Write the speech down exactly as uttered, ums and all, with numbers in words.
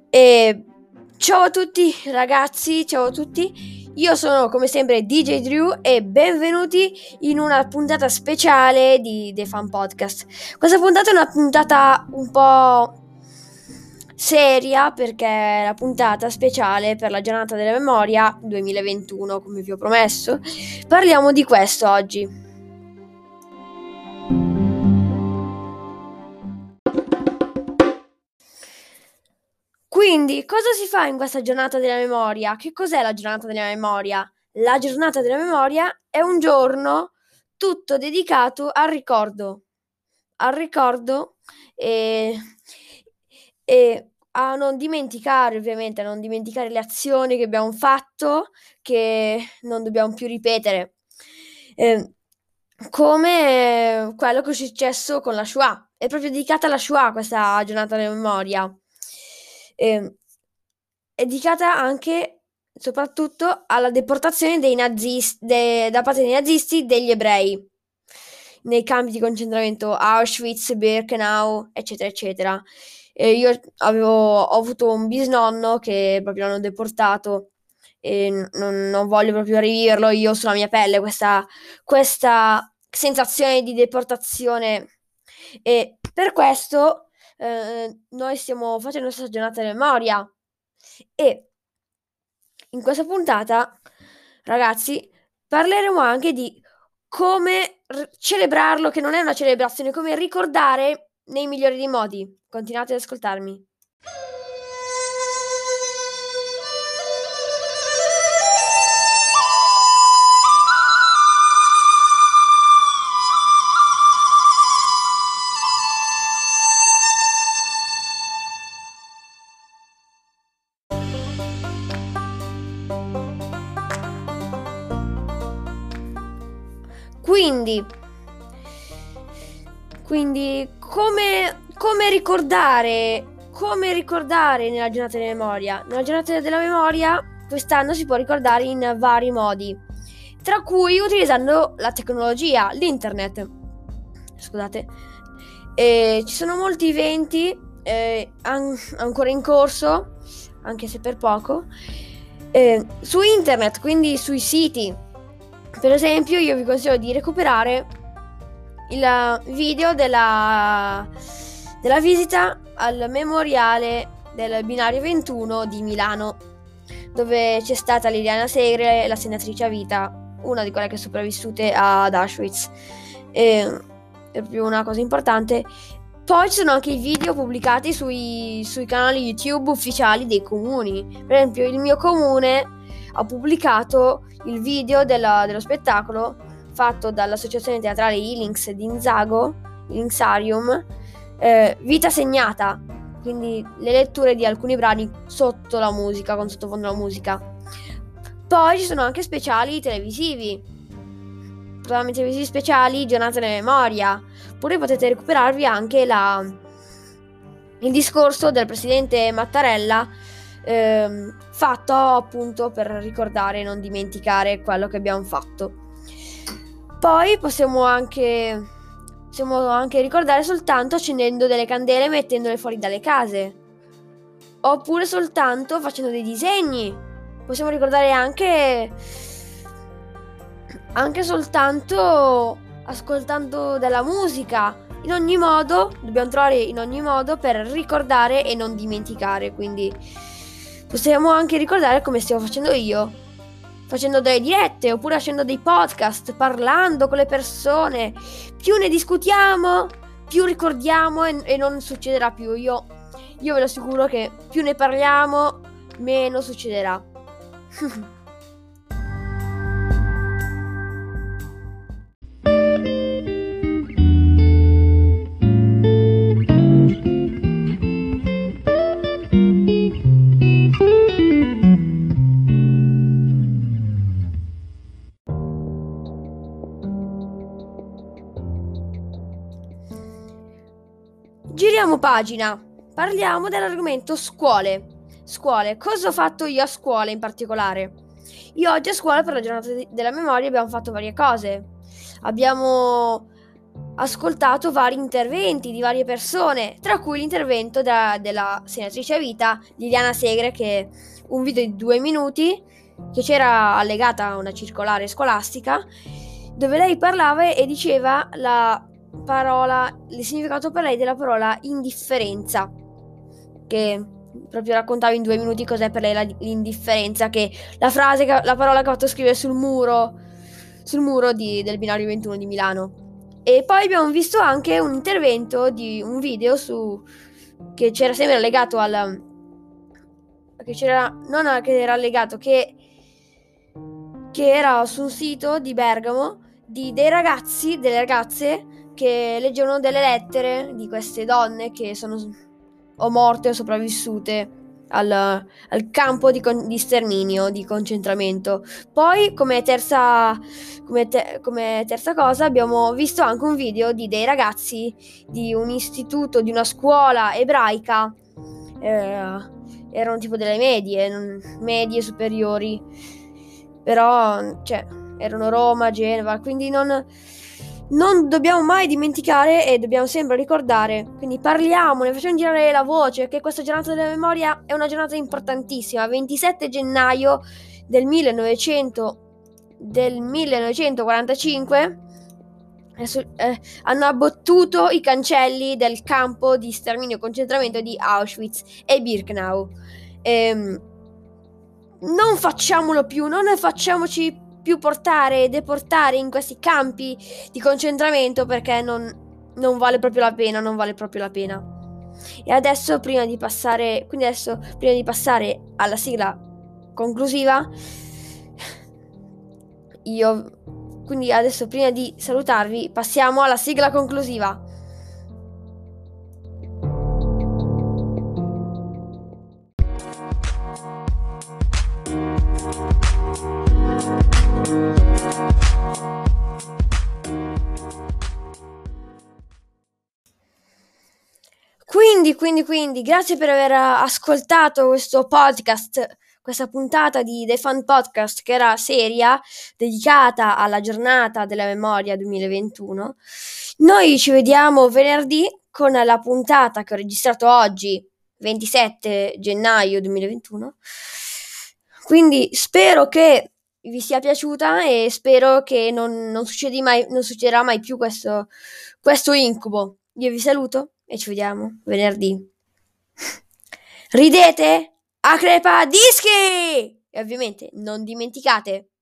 E ciao a tutti ragazzi, ciao a tutti, io sono come sempre D J Drew e benvenuti in una puntata speciale di The Fan Podcast. Questa puntata è una puntata un po' seria perché è la puntata speciale per la giornata della memoria duemilaventuno, come vi ho promesso. Parliamo di questo oggi. Quindi, cosa si fa in questa giornata della memoria? Che cos'è la giornata della memoria? La giornata della memoria è un giorno tutto dedicato al ricordo, al ricordo e, e a non dimenticare, ovviamente, a non dimenticare le azioni che abbiamo fatto, che non dobbiamo più ripetere. Eh, come quello che è successo con la Shoah. È proprio dedicata alla Shoah questa giornata della memoria. Eh, è dedicata anche, soprattutto, alla deportazione dei nazisti, de, da parte dei nazisti degli ebrei nei campi di concentramento Auschwitz, Birkenau, eccetera, eccetera. E io avevo, ho avuto un bisnonno che proprio l'hanno deportato e non, non voglio proprio riviverlo io sulla mia pelle, questa, questa sensazione di deportazione. E per questo eh, noi stiamo facendo questa giornata di memoria. E in questa puntata, ragazzi, parleremo anche di come r- celebrarlo, che non è una celebrazione, come ricordare nei migliori dei modi. Continuate ad ascoltarmi. Quindi, quindi come, come ricordare, come ricordare nella giornata della memoria? Nella giornata della memoria quest'anno si può ricordare in vari modi, tra cui utilizzando la tecnologia, l'internet. Scusate. E ci sono molti eventi eh, an- ancora in corso, anche se per poco, eh, su internet, quindi sui siti. Per esempio, io vi consiglio di recuperare il video della, della visita al memoriale del binario ventuno di Milano, dove c'è stata Liliana Segre, la senatrice a vita, una di quelle che è sopravvissute ad Auschwitz. E, è proprio una cosa importante. Poi ci sono anche i video pubblicati sui, sui canali YouTube ufficiali dei comuni. Per esempio, il mio comune ha pubblicato il video della, dello spettacolo fatto dall'associazione teatrale Ilinx di Inzago, Ilinxarium, eh, Vita segnata, quindi le letture di alcuni brani sotto la musica, con sottofondo la musica. Poi ci sono anche speciali televisivi, programmi televisivi speciali, giornate della memoria. Oppure potete recuperarvi anche la, il discorso del presidente Mattarella, ehm, fatto appunto per ricordare e non dimenticare quello che abbiamo fatto. Poi possiamo anche, possiamo anche ricordare soltanto accendendo delle candele e mettendole fuori dalle case, oppure soltanto facendo dei disegni. Possiamo ricordare anche anche soltanto ascoltando della musica. In ogni modo, dobbiamo trovare in ogni modo per ricordare e non dimenticare. Quindi possiamo anche ricordare come stiamo facendo io, facendo delle dirette oppure facendo dei podcast, parlando con le persone. Più ne discutiamo, più ricordiamo e, e non succederà più. Io, io ve lo assicuro che più ne parliamo, meno succederà. Giriamo pagina, parliamo dell'argomento scuole. Scuole, cosa ho fatto io a scuola in particolare? Io oggi a scuola per la giornata della memoria abbiamo fatto varie cose. Abbiamo ascoltato vari interventi di varie persone, tra cui l'intervento da, della senatrice a vita Liliana Segre, che è un video di due minuti che c'era allegata a una circolare scolastica, dove lei parlava e diceva la parola, il significato per lei della parola indifferenza, che proprio raccontava in due minuti cos'è per lei la, l'indifferenza, che la frase, la parola che ha fatto scrivere sul muro, sul muro di, del binario ventuno di Milano. E poi abbiamo visto anche un intervento di un video su che c'era sempre legato al che c'era non a, che era legato che che era su un sito di Bergamo di dei ragazzi, delle ragazze che leggevano delle lettere di queste donne che sono o morte o sopravvissute al, al campo di, con, di sterminio, di concentramento. Poi come terza, come, te, come terza cosa abbiamo visto anche un video di dei ragazzi di un istituto, di una scuola ebraica, eh, erano tipo delle medie, non, medie superiori, però cioè, erano Roma, Genova, quindi non... non dobbiamo mai dimenticare e dobbiamo sempre ricordare, quindi parliamone, facciamo girare la voce che questa giornata della memoria è una giornata importantissima. ventisette gennaio del millenovecento del millenovecentoquarantacinque eh, hanno abbattuto i cancelli del campo di sterminio e concentramento di Auschwitz e Birkenau. Ehm, non facciamolo più, non facciamoci più portare e deportare in questi campi di concentramento, perché non, non vale proprio la pena, non vale proprio la pena. E adesso prima di passare, quindi adesso prima di passare alla sigla conclusiva, io quindi adesso prima di salutarvi passiamo alla sigla conclusiva. Quindi, quindi, quindi, grazie per aver ascoltato questo podcast, questa puntata di The Fun Podcast, che era seria, dedicata alla giornata della memoria duemilaventuno. Noi ci vediamo venerdì con la puntata che ho registrato oggi, ventisette gennaio duemilaventuno. Quindi spero che vi sia piaciuta e spero che non, non, succedi mai, non succederà mai più questo, questo incubo. Io vi saluto e ci vediamo venerdì. Ridete? A crepa dischi! E ovviamente non dimenticate